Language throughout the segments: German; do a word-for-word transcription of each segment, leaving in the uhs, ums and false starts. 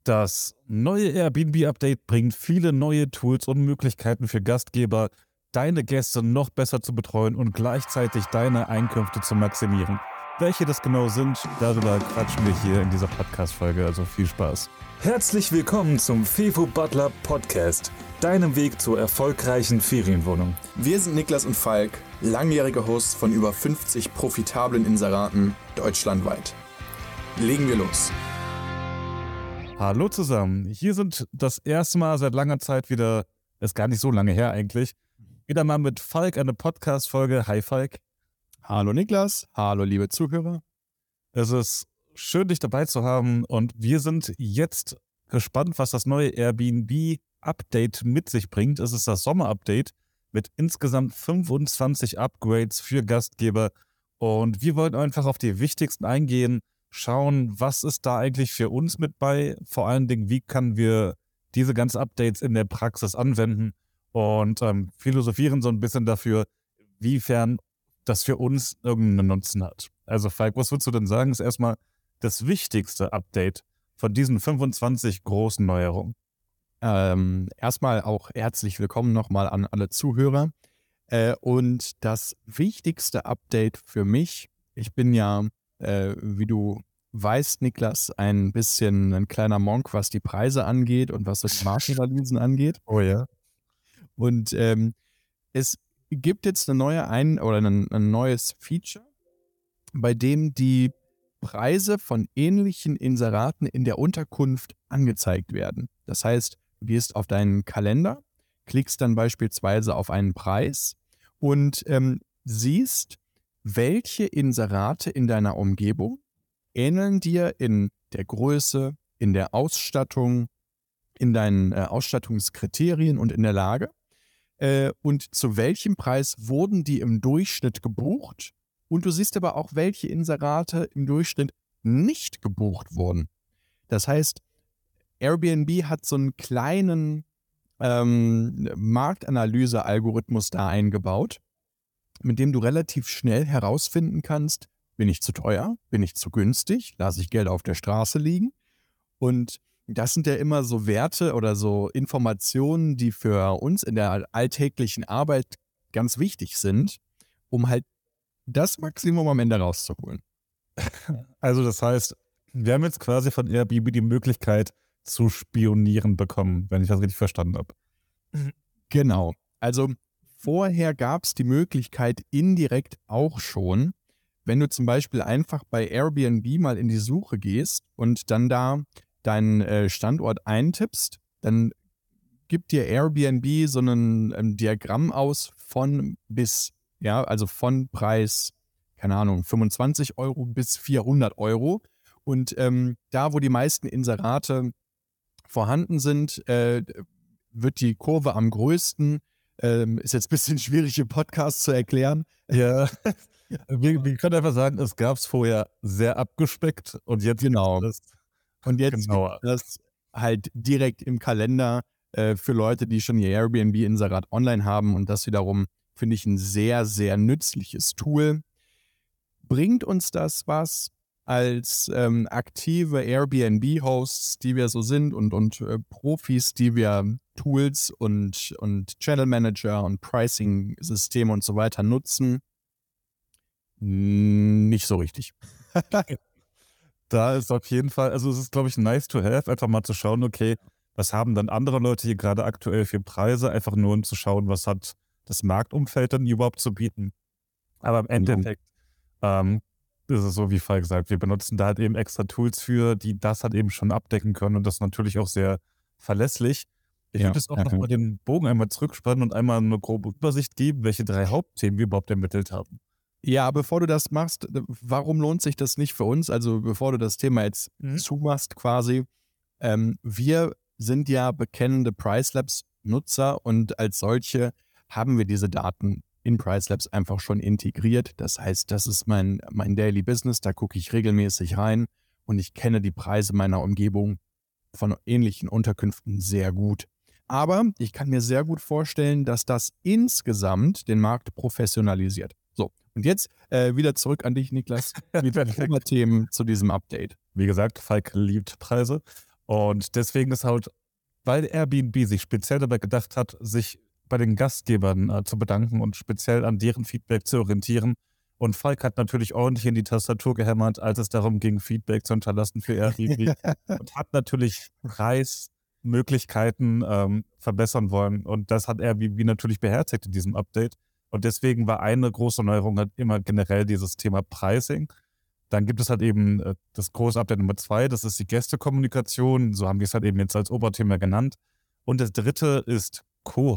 Das neue Airbnb-Update bringt viele neue Tools und Möglichkeiten für Gastgeber, deine Gäste noch besser zu betreuen und gleichzeitig deine Einkünfte zu maximieren. Welche das genau sind, darüber quatschen wir hier in dieser Podcast-Folge, also viel Spaß. Herzlich willkommen zum Fevo Butler Podcast, deinem Weg zur erfolgreichen Ferienwohnung. Wir sind Niklas und Falk, langjährige Hosts von über fünfzig profitablen Inseraten deutschlandweit. Legen wir los. Hallo zusammen, hier sind das erste Mal seit langer Zeit wieder, ist gar nicht so lange her eigentlich, wieder mal mit Falk eine Podcast-Folge. Hi Falk. Hallo Niklas, hallo liebe Zuhörer. Es ist schön, dich dabei zu haben und wir sind jetzt gespannt, was das neue Airbnb-Update mit sich bringt. Es ist das Sommer-Update mit insgesamt fünfundzwanzig Upgrades für Gastgeber und wir wollen einfach auf die wichtigsten eingehen, schauen, was ist da eigentlich für uns mit bei, vor allen Dingen, wie können wir diese ganzen Updates in der Praxis anwenden und ähm, philosophieren so ein bisschen dafür, wiefern das für uns irgendeinen Nutzen hat. Also Falk, was würdest du denn sagen, ist erstmal das wichtigste Update von diesen fünfundzwanzig großen Neuerungen? Ähm, erstmal auch herzlich willkommen nochmal an alle Zuhörer. Äh, und das wichtigste Update für mich, ich bin ja, äh, wie du weißt, Niklas, ein bisschen ein kleiner Monk, was die Preise angeht und was die Marktanalysen angeht. Oh ja. Und ähm, es gibt jetzt eine neue ein oder ein, ein neues Feature, bei dem die Preise von ähnlichen Inseraten in der Unterkunft angezeigt werden. Das heißt, du gehst auf deinen Kalender, klickst dann beispielsweise auf einen Preis und ähm, siehst, welche Inserate in deiner Umgebung ähneln dir in der Größe, in der Ausstattung, in deinen äh, Ausstattungskriterien und in der Lage. Äh, und zu welchem Preis wurden die im Durchschnitt gebucht? Und du siehst aber auch, welche Inserate im Durchschnitt nicht gebucht wurden. Das heißt, Airbnb hat so einen kleinen ähm, Marktanalyse-Algorithmus da eingebaut, mit dem du relativ schnell herausfinden kannst, bin ich zu teuer, bin ich zu günstig, lasse ich Geld auf der Straße liegen. Und das sind ja immer so Werte oder so Informationen, die für uns in der alltäglichen Arbeit ganz wichtig sind, um halt das Maximum am Ende rauszuholen. Also das heißt, wir haben jetzt quasi von Airbnb die Möglichkeit zu spionieren bekommen, wenn ich das richtig verstanden habe. Genau. Also vorher gab es die Möglichkeit indirekt auch schon, wenn du zum Beispiel einfach bei Airbnb mal in die Suche gehst und dann da deinen äh, Standort eintippst, dann gibt dir Airbnb so ein ähm, Diagramm aus von bis, ja, also von Preis, keine Ahnung, fünfundzwanzig Euro bis vierhundert Euro. Und ähm, da, wo die meisten Inserate vorhanden sind, äh, wird die Kurve am größten. Ähm, ist jetzt ein bisschen schwierig im Podcast zu erklären. Ja, wir, wir können einfach sagen, es gab es vorher sehr abgespeckt und jetzt Genau. Das Und jetzt genauer. gibt das halt direkt im Kalender äh, für Leute, die schon ihr Airbnb-Inserat online haben. Und das wiederum finde ich ein sehr, sehr nützliches Tool. Bringt uns das was als ähm, aktive Airbnb-Hosts, die wir so sind und, und äh, Profis, die wir Tools und, und Channel Manager und Pricing-Systeme und so weiter nutzen? Nicht so richtig. Da ist auf jeden Fall, also es ist, glaube ich, nice to have, einfach mal zu schauen, okay, was haben dann andere Leute hier gerade aktuell für Preise, einfach nur um zu schauen, was hat das Marktumfeld dann überhaupt zu bieten. Aber im Endeffekt ähm, ist es so, wie Falk sagt, wir benutzen da halt eben extra Tools für, die das halt eben schon abdecken können und das natürlich auch sehr verlässlich. Ich Ja, würde jetzt auch ja, nochmal den Bogen einmal zurückspannen und einmal eine grobe Übersicht geben, welche drei Hauptthemen wir überhaupt ermittelt haben. Ja, bevor du das machst, warum lohnt sich das nicht für uns? Also bevor du das Thema jetzt Mhm. zumachst quasi, ähm, wir sind ja bekennende Pricelabs-Nutzer und als solche haben wir diese Daten in Pricelabs einfach schon integriert. Das heißt, das ist mein, mein Daily Business, da gucke ich regelmäßig rein und ich kenne die Preise meiner Umgebung von ähnlichen Unterkünften sehr gut. Aber ich kann mir sehr gut vorstellen, dass das insgesamt den Markt professionalisiert. So, und jetzt äh, wieder zurück an dich, Niklas, mit Themen zu diesem Update. Wie gesagt, Falk liebt Preise. Und deswegen ist halt, weil Airbnb sich speziell dabei gedacht hat, sich bei den Gastgebern äh, zu bedanken und speziell an deren Feedback zu orientieren. Und Falk hat natürlich ordentlich in die Tastatur gehämmert, als es darum ging, Feedback zu hinterlassen für Airbnb. Und hat natürlich Preismöglichkeiten ähm, verbessern wollen. Und das hat Airbnb natürlich beherzigt in diesem Update. Und deswegen war eine große Neuerung halt immer generell dieses Thema Pricing. Dann gibt es halt eben äh, das große Update Nummer zwei, das ist die Gästekommunikation. So haben wir es halt eben jetzt als Oberthema genannt. Und das dritte ist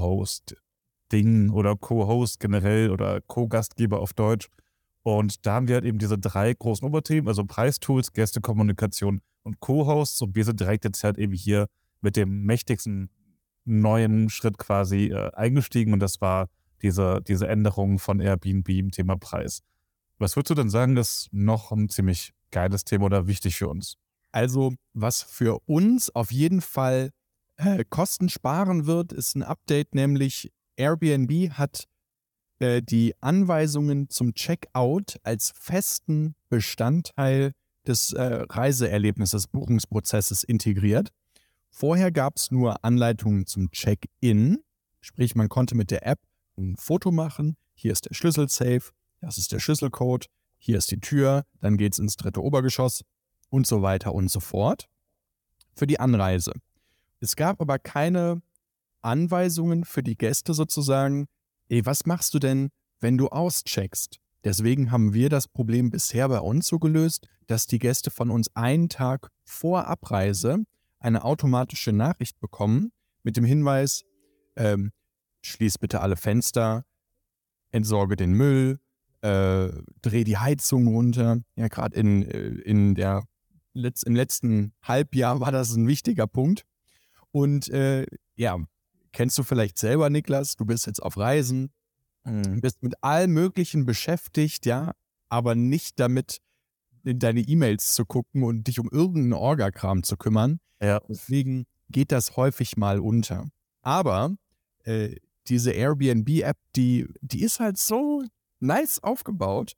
Co-Host-Ding oder Co-Host generell oder Co-Gastgeber auf Deutsch. Und da haben wir halt eben diese drei großen Oberthemen, also Preistools, Gästekommunikation und Co-Hosts. Und wir sind direkt jetzt halt eben hier mit dem mächtigsten neuen Schritt quasi äh, eingestiegen. Und das war diese, diese Änderung von Airbnb im Thema Preis. Was würdest du denn sagen, ist noch ein ziemlich geiles Thema oder wichtig für uns? Also, was für uns auf jeden Fall äh, Kosten sparen wird, ist ein Update, nämlich Airbnb hat äh, die Anweisungen zum Checkout als festen Bestandteil des äh, Reiseerlebnisses, des Buchungsprozesses integriert. Vorher gab es nur Anleitungen zum Check-in, sprich man konnte mit der App ein Foto machen, hier ist der Schlüssel-Safe, das ist der Schlüsselcode, hier ist die Tür, dann geht es ins dritte Obergeschoss und so weiter und so fort für die Anreise. Es gab aber keine Anweisungen für die Gäste sozusagen, ey, was machst du denn, wenn du auscheckst? Deswegen haben wir das Problem bisher bei uns so gelöst, dass die Gäste von uns einen Tag vor Abreise eine automatische Nachricht bekommen mit dem Hinweis, ähm, schließ bitte alle Fenster, entsorge den Müll, äh, dreh die Heizung runter. Ja, gerade in, in der Letz-, im letzten Halbjahr war das ein wichtiger Punkt. Und äh, ja, kennst du vielleicht selber, Niklas, du bist jetzt auf Reisen, mhm. bist mit allem Möglichen beschäftigt, ja, aber nicht damit, in deine E-Mails zu gucken und dich um irgendeinen Orga-Kram zu kümmern. Ja. Deswegen geht das häufig mal unter. Aber äh, diese Airbnb-App, die, die ist halt so nice aufgebaut,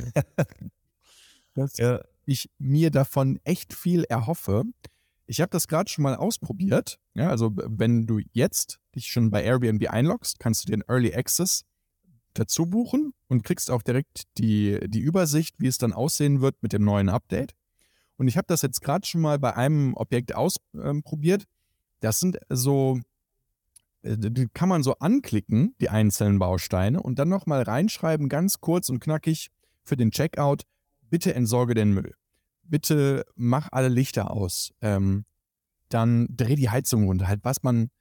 dass Ja. ich mir davon echt viel erhoffe. Ich habe das gerade schon mal ausprobiert. Ja, also wenn du jetzt dich schon bei Airbnb einloggst, kannst du den Early Access dazu buchen und kriegst auch direkt die, die Übersicht, wie es dann aussehen wird mit dem neuen Update. Und ich habe das jetzt gerade schon mal bei einem Objekt ausprobiert. Das sind so, die kann man so anklicken, die einzelnen Bausteine, und dann nochmal reinschreiben, ganz kurz und knackig für den Checkout, bitte entsorge den Müll. Bitte mach alle Lichter aus. Ähm, dann dreh die Heizung runter, halt was man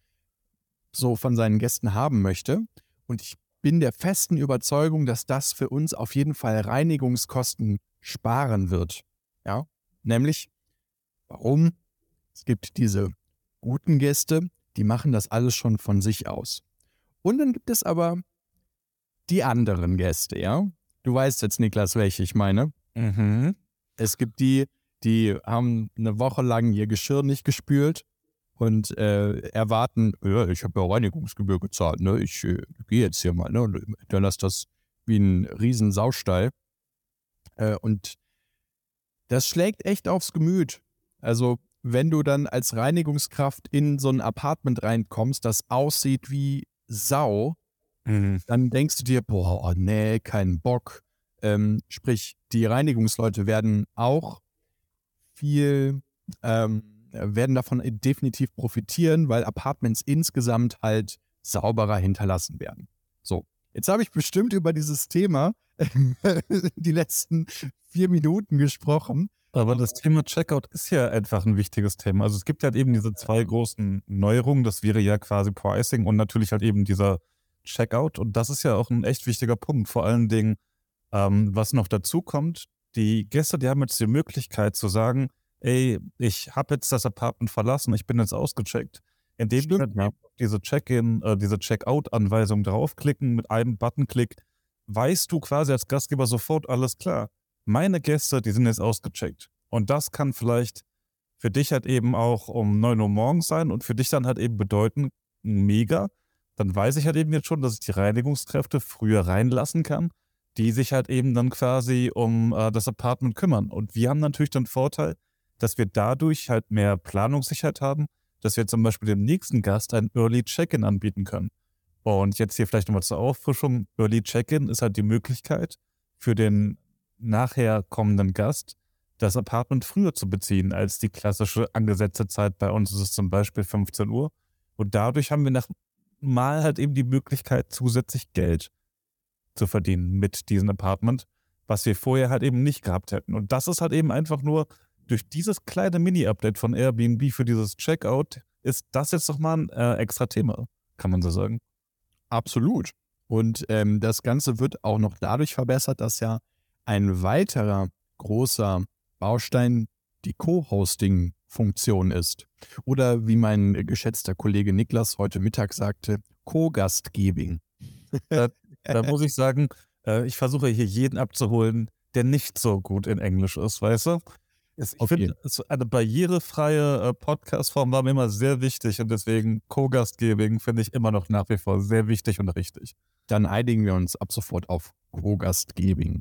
so von seinen Gästen haben möchte. Und ich bin der festen Überzeugung, dass das für uns auf jeden Fall Reinigungskosten sparen wird. Ja, nämlich, warum? Es gibt diese guten Gäste, die machen das alles schon von sich aus. Und dann gibt es aber die anderen Gäste, ja? Du weißt jetzt, Niklas, welche ich meine. Mhm. Es gibt die, die haben eine Woche lang ihr Geschirr nicht gespült und äh, erwarten, ja, ich habe ja Reinigungsgebühr gezahlt, ne? Ich äh, gehe jetzt hier mal, ne? Und hinterlasse das wie ein riesen Saustall. Äh, und das schlägt echt aufs Gemüt. Also, wenn du dann als Reinigungskraft in so ein Apartment reinkommst, das aussieht wie Sau, Mhm. dann denkst du dir, boah, oh nee, kein Bock. Ähm, sprich, die Reinigungsleute werden auch viel, ähm, werden davon definitiv profitieren, weil Apartments insgesamt halt sauberer hinterlassen werden. So, jetzt habe ich bestimmt über dieses Thema die letzten vier Minuten gesprochen. Aber das Thema Checkout ist ja einfach ein wichtiges Thema. Also es gibt halt eben diese zwei großen Neuerungen, das wäre ja quasi Pricing und natürlich halt eben dieser Checkout. Und das ist ja auch ein echt wichtiger Punkt. Vor allen Dingen, ähm, was noch dazu kommt, die Gäste, die haben jetzt die Möglichkeit zu sagen, ey, ich habe jetzt das Apartment verlassen, ich bin jetzt ausgecheckt. Indem die halt ja. diese Check-in, äh, diese Checkout-Anweisung draufklicken mit einem Buttonklick, weißt du quasi als Gastgeber sofort, alles klar. Meine Gäste, die sind jetzt ausgecheckt. Und das kann vielleicht für dich halt eben auch um neun Uhr morgens sein und für dich dann halt eben bedeuten, mega, dann weiß ich halt eben jetzt schon, dass ich die Reinigungskräfte früher reinlassen kann, die sich halt eben dann quasi um äh, das Apartment kümmern. Und wir haben natürlich den Vorteil, dass wir dadurch halt mehr Planungssicherheit haben, dass wir zum Beispiel dem nächsten Gast ein Early Check-in anbieten können. Und jetzt hier vielleicht nochmal zur Auffrischung. Early Check-in ist halt die Möglichkeit für den nachher kommenden Gast, das Apartment früher zu beziehen als die klassische angesetzte Zeit. Bei uns ist es zum Beispiel fünfzehn Uhr. Und dadurch haben wir nach mal halt eben die Möglichkeit, zusätzlich Geld zu verdienen mit diesem Apartment, was wir vorher halt eben nicht gehabt hätten. Und das ist halt eben einfach nur durch dieses kleine Mini-Update von Airbnb für dieses Checkout, ist das jetzt nochmal ein äh, extra Thema, kann man so sagen. Absolut. Und ähm, das Ganze wird auch noch dadurch verbessert, dass ja ein weiterer großer Baustein die Co-Hosting-Funktion ist. Oder wie mein geschätzter Kollege Niklas heute Mittag sagte, Co-Gastgebing. Da, da muss ich sagen, äh, ich versuche hier jeden abzuholen, der nicht so gut in Englisch ist, weißt du? Es, ich Okay. finde, es- eine barrierefreie äh, Podcast-Form war mir immer sehr wichtig und deswegen Co-Gastgebing finde ich immer noch nach wie vor sehr wichtig und richtig. Dann einigen wir uns ab sofort auf Co-Gastgebing.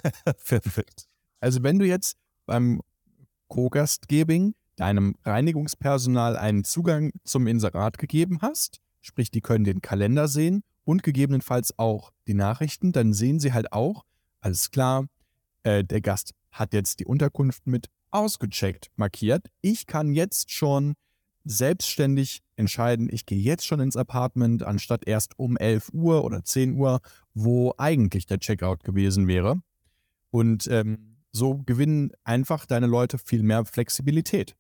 Perfekt. Also wenn du jetzt beim Co-Gastgebing deinem Reinigungspersonal einen Zugang zum Inserat gegeben hast, sprich, die können den Kalender sehen und gegebenenfalls auch die Nachrichten, dann sehen sie halt auch, alles klar, äh, der Gast hat jetzt die Unterkunft mit ausgecheckt markiert. Ich kann jetzt schon selbstständig entscheiden, ich gehe jetzt schon ins Apartment, anstatt erst um elf Uhr oder zehn Uhr, wo eigentlich der Checkout gewesen wäre. Und ähm, so gewinnen einfach deine Leute viel mehr Flexibilität.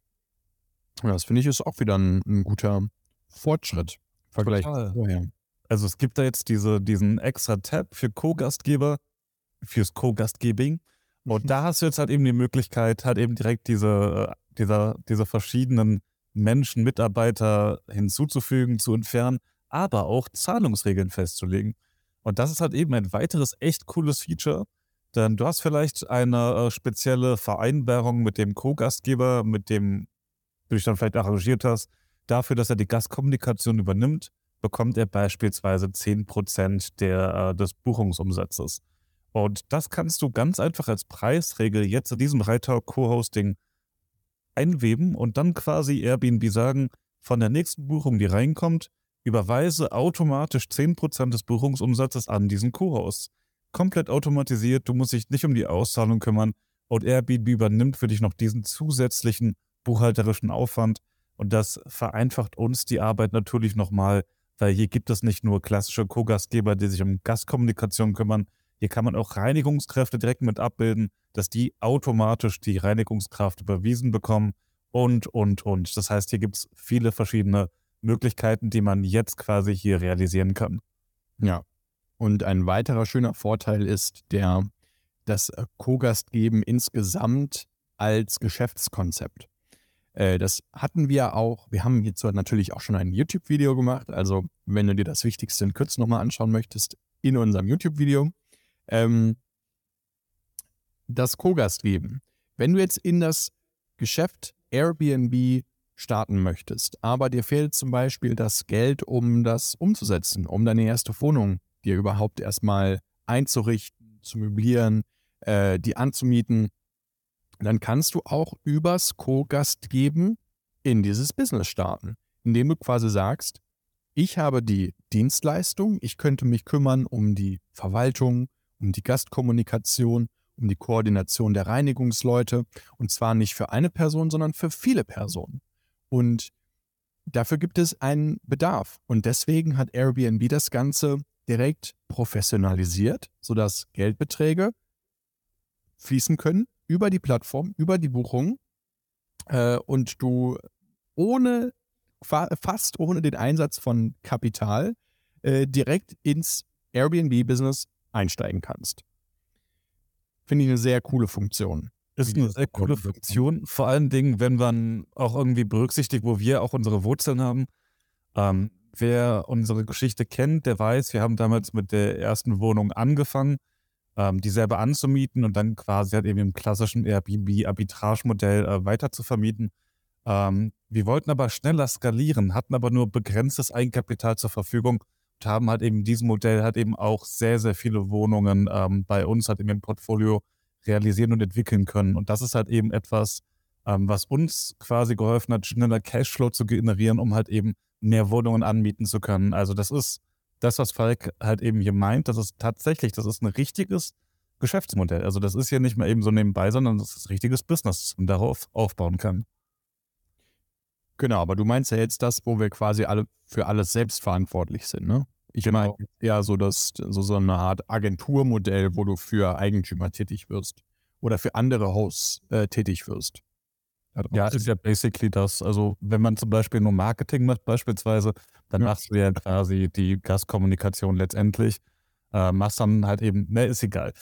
Und das finde ich ist auch wieder ein, ein guter Fortschritt im Vergleich Total. zu vorher. Also es gibt da jetzt diese, diesen extra Tab für Co-Gastgeber, fürs Co-Gastgebing. Und da hast du jetzt halt eben die Möglichkeit, halt eben direkt diese, äh, dieser, diese verschiedenen Menschen, Mitarbeiter hinzuzufügen, zu entfernen, aber auch Zahlungsregeln festzulegen. Und das ist halt eben ein weiteres echt cooles Feature, denn du hast vielleicht eine äh, spezielle Vereinbarung mit dem Co-Gastgeber, mit dem du dich dann vielleicht arrangiert hast, dafür, dass er die Gastkommunikation übernimmt, bekommt er beispielsweise zehn Prozent der, äh, des Buchungsumsatzes. Und das kannst du ganz einfach als Preisregel jetzt in diesem Reiter Co-Hosting einweben und dann quasi Airbnb sagen, von der nächsten Buchung, die reinkommt, überweise automatisch zehn Prozent des Buchungsumsatzes an diesen Co-Host. Komplett automatisiert, du musst dich nicht um die Auszahlung kümmern und Airbnb übernimmt für dich noch diesen zusätzlichen buchhalterischen Aufwand und das vereinfacht uns die Arbeit natürlich nochmal, weil hier gibt es nicht nur klassische Co-Gastgeber, die sich um Gastkommunikation kümmern, hier kann man auch Reinigungskräfte direkt mit abbilden, dass die automatisch die Reinigungskraft überwiesen bekommen und, und, und. Das heißt, hier gibt es viele verschiedene Möglichkeiten, die man jetzt quasi hier realisieren kann. Ja. Und ein weiterer schöner Vorteil ist der, das äh, Co-Gastgeben insgesamt als Geschäftskonzept. Äh, das hatten wir auch, wir haben hierzu natürlich auch schon ein YouTube-Video gemacht, also wenn du dir das Wichtigste in Kürze nochmal anschauen möchtest, in unserem YouTube-Video. Ähm, das Co-Gastgeben. Wenn du jetzt in das Geschäft Airbnb starten möchtest, aber dir fehlt zum Beispiel das Geld, um das umzusetzen, um deine erste Wohnung dir überhaupt erstmal einzurichten, zu möblieren, äh, die anzumieten, dann kannst du auch übers Co-Gastgeben in dieses Business starten, indem du quasi sagst, ich habe die Dienstleistung, ich könnte mich kümmern um die Verwaltung, um die Gastkommunikation, um die Koordination der Reinigungsleute und zwar nicht für eine Person, sondern für viele Personen. Und dafür gibt es einen Bedarf und deswegen hat Airbnb das Ganze direkt professionalisiert, sodass Geldbeträge fließen können über die Plattform, über die Buchung äh, und du ohne, fast ohne den Einsatz von Kapital äh, direkt ins Airbnb-Business einsteigen kannst. Finde ich eine sehr coole Funktion. Ist eine sehr coole Funktion, vor allen Dingen, wenn man auch irgendwie berücksichtigt, wo wir auch unsere Wurzeln haben. Ähm, wer unsere Geschichte kennt, der weiß, wir haben damals mit der ersten Wohnung angefangen, ähm, die selber anzumieten und dann quasi halt eben im klassischen Airbnb-Arbitrage-Modell äh, weiter zu vermieten. Ähm, wir wollten aber schneller skalieren, hatten aber nur begrenztes Eigenkapital zur Verfügung und haben halt eben diesem Modell halt eben auch sehr, sehr viele Wohnungen ähm, bei uns halt eben im Portfolio realisieren und entwickeln können. Und das ist halt eben etwas, ähm, was uns quasi geholfen hat, schneller Cashflow zu generieren, um halt eben mehr Wohnungen anmieten zu können. Also das ist das, was Falk halt eben hier meint, das ist tatsächlich, das ist ein richtiges Geschäftsmodell. Also das ist hier nicht mehr eben so nebenbei, sondern das ist ein richtiges Business, das man darauf aufbauen kann. Genau, aber du meinst ja jetzt das, wo wir quasi alle für alles selbst verantwortlich sind, ne? Ich meine Genau. eher so, das, so, so eine Art Agenturmodell, wo du für Eigentümer tätig wirst oder für andere Hosts äh, tätig wirst. Da Ja, draußen. ist ja basically das. Also wenn man zum Beispiel nur Marketing macht beispielsweise, dann Ja. machst du ja quasi die Gastkommunikation letztendlich. Äh, machst dann halt eben, ne, ist egal.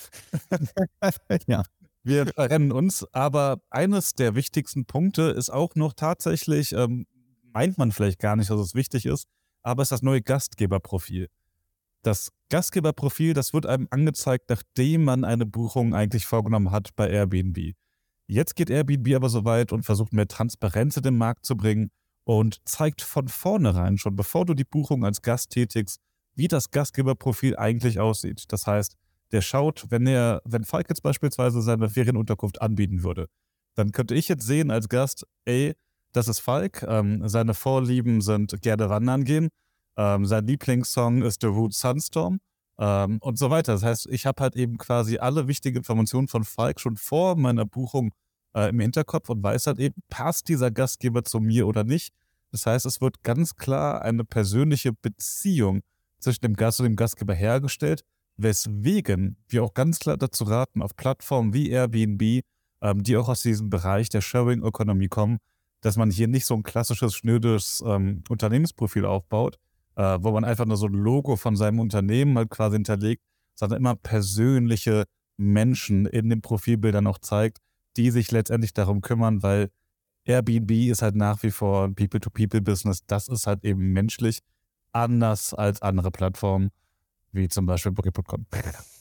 Ja. Wir verrennen uns, aber eines der wichtigsten Punkte ist auch noch tatsächlich, ähm, meint man vielleicht gar nicht, dass es wichtig ist, aber ist das neue Gastgeberprofil. Das Gastgeberprofil, das wird einem angezeigt, nachdem man eine Buchung eigentlich vorgenommen hat bei Airbnb. Jetzt geht Airbnb aber so weit und versucht mehr Transparenz in den Markt zu bringen und zeigt von vornherein schon, bevor du die Buchung als Gast tätigst, wie das Gastgeberprofil eigentlich aussieht. Das heißt, der schaut, wenn er, wenn Falk jetzt beispielsweise seine Ferienunterkunft anbieten würde, dann könnte ich jetzt sehen als Gast, ey, das ist Falk, ähm, seine Vorlieben sind gerne wandern gehen, ähm, sein Lieblingssong ist The Root Sunstorm ähm, und so weiter. Das heißt, ich habe halt eben quasi alle wichtigen Informationen von Falk schon vor meiner Buchung äh, im Hinterkopf und weiß halt eben, passt dieser Gastgeber zu mir oder nicht. Das heißt, es wird ganz klar eine persönliche Beziehung zwischen dem Gast und dem Gastgeber hergestellt, weswegen wir auch ganz klar dazu raten, auf Plattformen wie Airbnb, ähm, die auch aus diesem Bereich der Sharing Economy kommen, dass man hier nicht so ein klassisches, schnödes ähm, Unternehmensprofil aufbaut, äh, wo man einfach nur so ein Logo von seinem Unternehmen halt quasi hinterlegt, sondern immer persönliche Menschen in den Profilbildern auch zeigt, die sich letztendlich darum kümmern, weil Airbnb ist halt nach wie vor ein People-to-People-Business. Das ist halt eben menschlich, anders als andere Plattformen, wie zum Beispiel Booking Punkt com.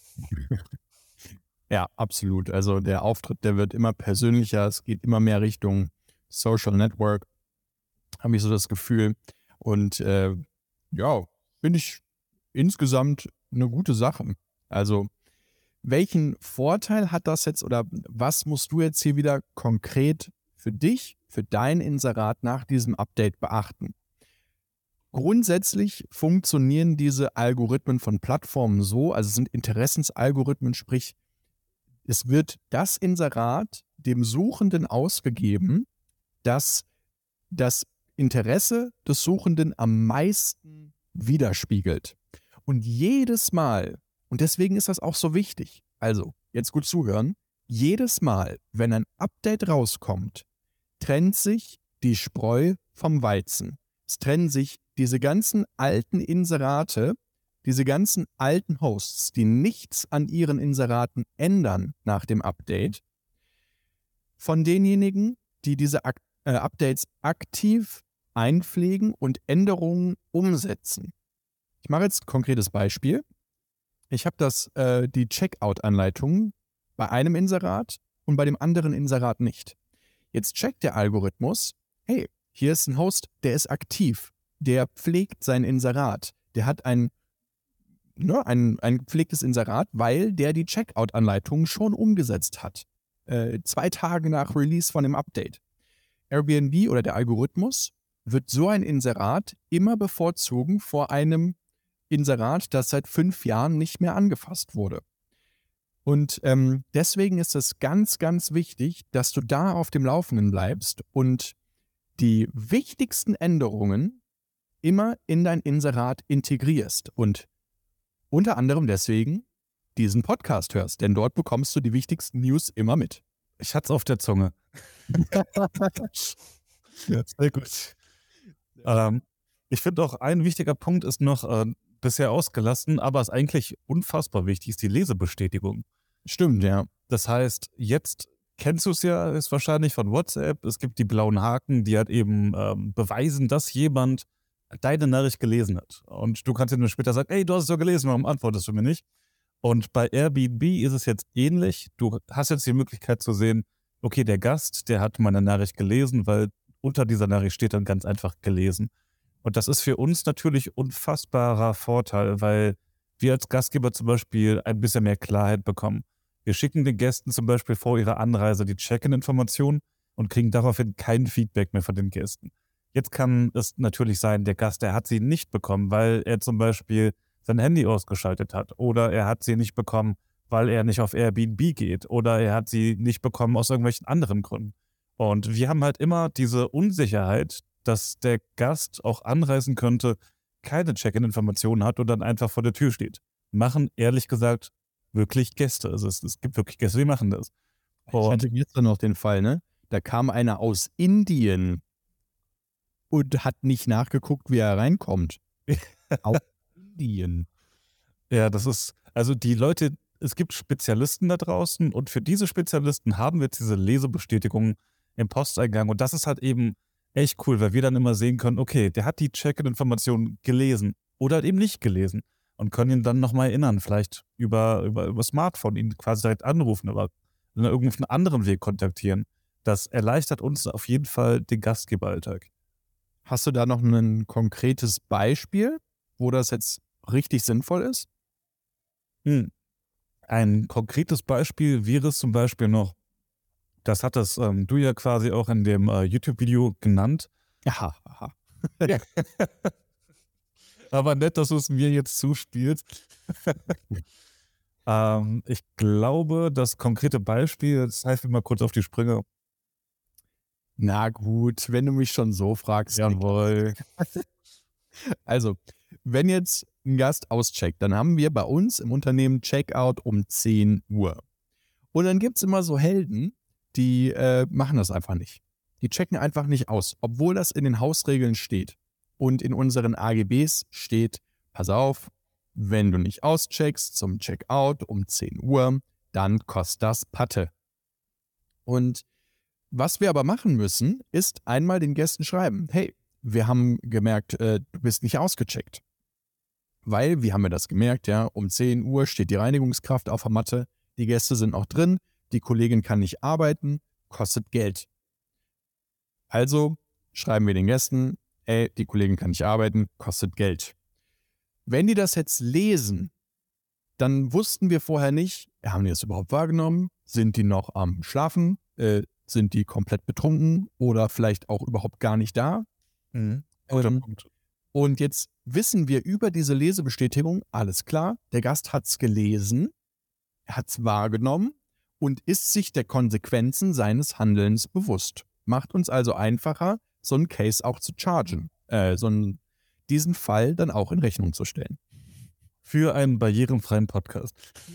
Ja, absolut. Also der Auftritt, der wird immer persönlicher, es geht immer mehr Richtung Social Network, habe ich so das Gefühl. Und äh, ja, finde ich insgesamt eine gute Sache. Also welchen Vorteil hat das jetzt oder was musst du jetzt hier wieder konkret für dich, für dein Inserat nach diesem Update beachten? Grundsätzlich funktionieren diese Algorithmen von Plattformen so, also es sind Interessensalgorithmen, sprich, es wird das Inserat dem Suchenden ausgegeben, das das Interesse des Suchenden am meisten widerspiegelt. Und jedes Mal, und deswegen ist das auch so wichtig, also jetzt gut zuhören, jedes Mal, wenn ein Update rauskommt, trennt sich die Spreu vom Weizen. Es trennen sich diese ganzen alten Inserate, diese ganzen alten Hosts, die nichts an ihren Inseraten ändern nach dem Update, von denjenigen, die diese Ak- äh, Updates aktiv einpflegen und Änderungen umsetzen. Ich mache jetzt ein konkretes Beispiel. Ich habe das äh, die Checkout-Anleitung bei einem Inserat und bei dem anderen Inserat nicht. Jetzt checkt der Algorithmus, hey, hier ist ein Host, der ist aktiv, der pflegt sein Inserat, der hat ein, ne, ein, ein gepflegtes Inserat, weil der die Checkout-Anleitung schon umgesetzt hat. Äh, zwei Tage nach Release von dem Update. Airbnb oder der Algorithmus wird so ein Inserat immer bevorzugen vor einem Inserat, das seit fünf Jahren nicht mehr angefasst wurde. Und ähm, deswegen ist es ganz, ganz wichtig, dass du da auf dem Laufenden bleibst und die wichtigsten Änderungen immer in dein Inserat integrierst und unter anderem deswegen diesen Podcast hörst, denn dort bekommst du die wichtigsten News immer mit. Ich hatte es auf der Zunge. Ja, sehr gut. Ähm, ich finde auch, ein wichtiger Punkt ist noch äh, bisher ausgelassen, aber ist eigentlich unfassbar wichtig, ist die Lesebestätigung. Stimmt, ja. Das heißt, jetzt kennst du es ja, ist wahrscheinlich von WhatsApp, es gibt die blauen Haken, die halt eben ähm, beweisen, dass jemand deine Nachricht gelesen hat. Und du kannst dir nur später sagen, ey, du hast es doch gelesen, warum antwortest du mir nicht? Und bei Airbnb ist es jetzt ähnlich. Du hast jetzt die Möglichkeit zu sehen, okay, der Gast, der hat meine Nachricht gelesen, weil unter dieser Nachricht steht dann ganz einfach gelesen. Und das ist für uns natürlich unfassbarer Vorteil, weil wir als Gastgeber zum Beispiel ein bisschen mehr Klarheit bekommen. Wir schicken den Gästen zum Beispiel vor ihrer Anreise die Check-in-Informationen. und kriegen daraufhin kein Feedback mehr von den Gästen. Jetzt kann es natürlich sein, der Gast, der hat sie nicht bekommen, weil er zum Beispiel sein Handy ausgeschaltet hat, oder er hat sie nicht bekommen, weil er nicht auf Airbnb geht, oder er hat sie nicht bekommen aus irgendwelchen anderen Gründen. Und wir haben halt immer diese Unsicherheit, dass der Gast auch anreisen könnte, keine Check-in-Informationen hat und dann einfach vor der Tür steht. Machen, ehrlich gesagt, wirklich Gäste. Also es, es gibt wirklich Gäste, die machen das. Ich hatte gestern noch den Fall, ne? Da kam einer aus Indien und hat nicht nachgeguckt, wie er reinkommt. Aus Indien. Ja, das ist, also die Leute, es gibt Spezialisten da draußen und für diese Spezialisten haben wir jetzt diese Lesebestätigung im Posteingang und das ist halt eben echt cool, weil wir dann immer sehen können, okay, der hat die Check-in-Informationen gelesen oder halt eben nicht gelesen und können ihn dann nochmal erinnern, vielleicht über, über, über Smartphone, ihn quasi direkt anrufen oder in irgendeinen anderen Weg kontaktieren. Das erleichtert uns auf jeden Fall den Gastgeberalltag. Hast du da noch ein konkretes Beispiel, wo das jetzt richtig sinnvoll ist? Hm. Ein konkretes Beispiel wäre es zum Beispiel noch, das hattest ähm, du ja quasi auch in dem äh, YouTube-Video genannt. Aha, aha. Ja. Aber nett, dass du es mir jetzt zuspielst. ähm, ich glaube, das konkrete Beispiel, das heißt mir mal kurz auf die Sprünge. Na gut, wenn du mich schon so fragst. Jawohl. Also, wenn jetzt ein Gast auscheckt, dann haben wir bei uns im Unternehmen Checkout um zehn Uhr. Und dann gibt es immer so Helden, die äh, machen das einfach nicht. Die checken einfach nicht aus, obwohl das in den Hausregeln steht. Und in unseren A G Bs steht, pass auf, wenn du nicht auscheckst zum Checkout um zehn Uhr, dann kostet das Patte. Und was wir aber machen müssen, ist einmal den Gästen schreiben, hey, wir haben gemerkt, äh, du bist nicht ausgecheckt. Weil, wie haben wir das gemerkt, ja, um zehn Uhr steht die Reinigungskraft auf der Matte, die Gäste sind auch drin, die Kollegin kann nicht arbeiten, kostet Geld. Also schreiben wir den Gästen, ey, die Kollegin kann nicht arbeiten, kostet Geld. Wenn die das jetzt lesen, dann wussten wir vorher nicht, haben die das überhaupt wahrgenommen? Sind die noch am Schlafen? Äh, sind die komplett betrunken oder vielleicht auch überhaupt gar nicht da? Mhm. Ähm, und jetzt wissen wir über diese Lesebestätigung, alles klar, der Gast hat es gelesen, er hat es wahrgenommen und ist sich der Konsequenzen seines Handelns bewusst. Macht uns also einfacher, so einen Case auch zu chargen, äh, so einen, diesen Fall dann auch in Rechnung zu stellen. Für einen barrierenfreien Podcast.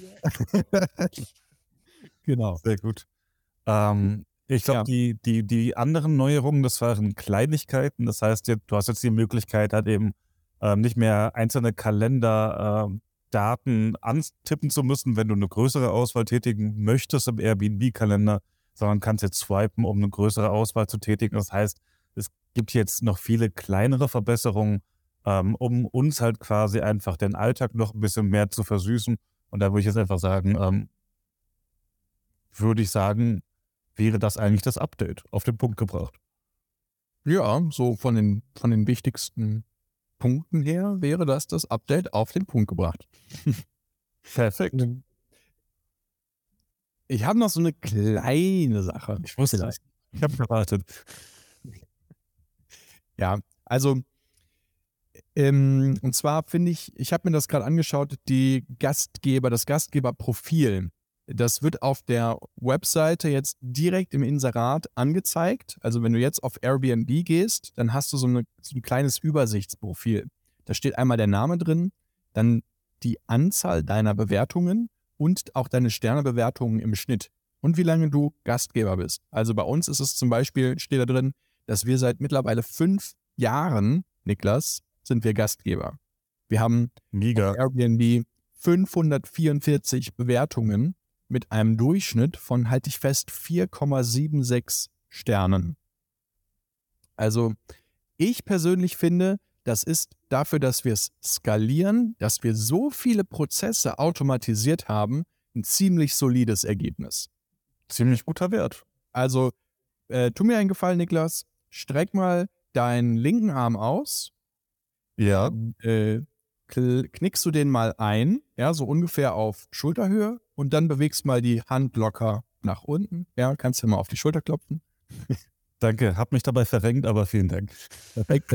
Genau. Sehr gut. Ähm, ich glaube, Ja. die, die, die anderen Neuerungen, das waren Kleinigkeiten. Das heißt, du hast jetzt die Möglichkeit, halt eben ähm, nicht mehr einzelne Kalenderdaten ähm, antippen zu müssen, wenn du eine größere Auswahl tätigen möchtest im Airbnb-Kalender, sondern kannst jetzt swipen, um eine größere Auswahl zu tätigen. Das heißt, es gibt jetzt noch viele kleinere Verbesserungen, ähm, um uns halt quasi einfach den Alltag noch ein bisschen mehr zu versüßen. Und da würde ich jetzt einfach sagen, ähm, würde ich sagen, wäre das eigentlich das Update auf den Punkt gebracht. Ja, so von den, von den wichtigsten Punkten her wäre das das Update auf den Punkt gebracht. Perfekt. Ich habe noch so eine kleine Sache. Ich wusste das. Ich habe gewartet. Ja, also ähm, und zwar finde ich, ich habe mir das gerade angeschaut, die Gastgeber, das Gastgeberprofil, das wird auf der Webseite jetzt direkt im Inserat angezeigt. Also wenn du jetzt auf Airbnb gehst, dann hast du so, eine, so ein kleines Übersichtsprofil. Da steht einmal der Name drin, dann die Anzahl deiner Bewertungen und auch deine Sternebewertungen im Schnitt und wie lange du Gastgeber bist. Also bei uns ist es zum Beispiel, steht da drin, dass wir seit mittlerweile fünf Jahren, Niklas, sind wir Gastgeber. Wir haben Mega. auf Airbnb fünfhundertvierundvierzig Bewertungen mit einem Durchschnitt von, halte ich fest, vier Komma sechsundsiebzig Sternen. Also ich persönlich finde, das ist dafür, dass wir es skalieren, dass wir so viele Prozesse automatisiert haben, ein ziemlich solides Ergebnis. Ziemlich guter Wert. Also äh, tu mir einen Gefallen, Niklas, streck mal deinen linken Arm aus, Ja. äh, knickst du den mal ein, ja, so ungefähr auf Schulterhöhe und dann bewegst mal die Hand locker nach unten, ja, kannst du mal auf die Schulter klopfen, Danke, hab mich dabei verrenkt, aber vielen Dank. Perfekt.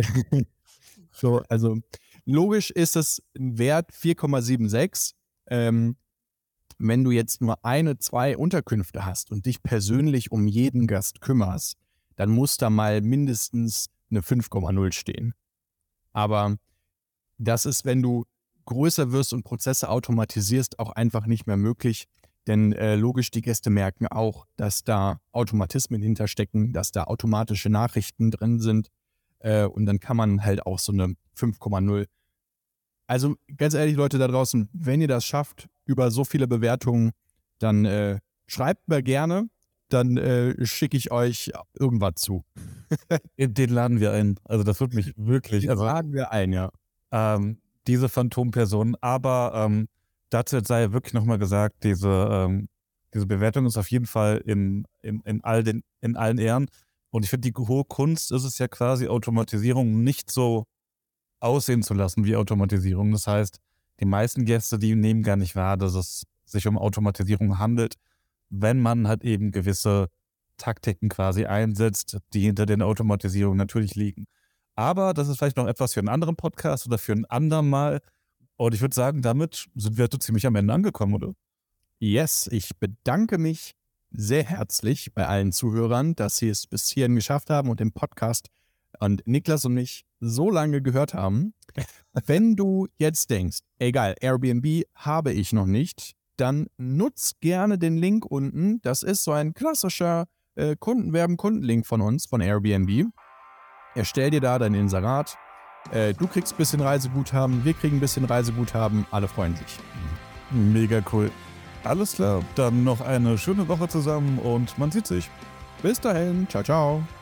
So, also logisch ist es ein Wert vier Komma sechsundsiebzig. Ähm, wenn du jetzt nur eine, zwei Unterkünfte hast und dich persönlich um jeden Gast kümmerst, dann muss da mal mindestens eine fünf Komma null stehen. Aber das ist, wenn du größer wirst und Prozesse automatisierst, auch einfach nicht mehr möglich. Denn äh, logisch, die Gäste merken auch, dass da Automatismen hinterstecken, dass da automatische Nachrichten drin sind. Äh, und dann kann man halt auch so eine fünf Komma null. Also ganz ehrlich, Leute da draußen, wenn ihr das schafft, über so viele Bewertungen, dann äh, schreibt mir gerne, dann äh, schicke ich euch irgendwas zu. Den laden wir ein. Also das wird mich wirklich... Den also, laden wir ein, ja. Ähm, diese Phantomperson, aber ähm, dazu sei ja wirklich nochmal gesagt, diese, ähm, diese Bewertung ist auf jeden Fall in, in, in, all den, in allen Ehren. Und ich finde, die hohe Kunst ist es ja quasi, Automatisierung nicht so aussehen zu lassen wie Automatisierung. Das heißt, die meisten Gäste, die nehmen gar nicht wahr, dass es sich um Automatisierung handelt, wenn man halt eben gewisse Taktiken quasi einsetzt, die hinter den Automatisierungen natürlich liegen. Aber das ist vielleicht noch etwas für einen anderen Podcast oder für ein andermal. Und ich würde sagen, damit sind wir so ziemlich am Ende angekommen, oder? Yes, ich bedanke mich sehr herzlich bei allen Zuhörern, dass sie es bis hierhin geschafft haben und den Podcast und Niklas und mich so lange gehört haben. Wenn du jetzt denkst, egal, Airbnb habe ich noch nicht, dann nutz gerne den Link unten. Das ist so ein klassischer äh, Kundenwerben-Kundenlink von uns, von Airbnb. Erstell dir da dein Inserat. Äh, du kriegst ein bisschen Reiseguthaben, wir kriegen ein bisschen Reiseguthaben, alle freuen sich. Mega cool. Alles klar, dann noch eine schöne Woche zusammen und man sieht sich. Bis dahin, ciao, ciao.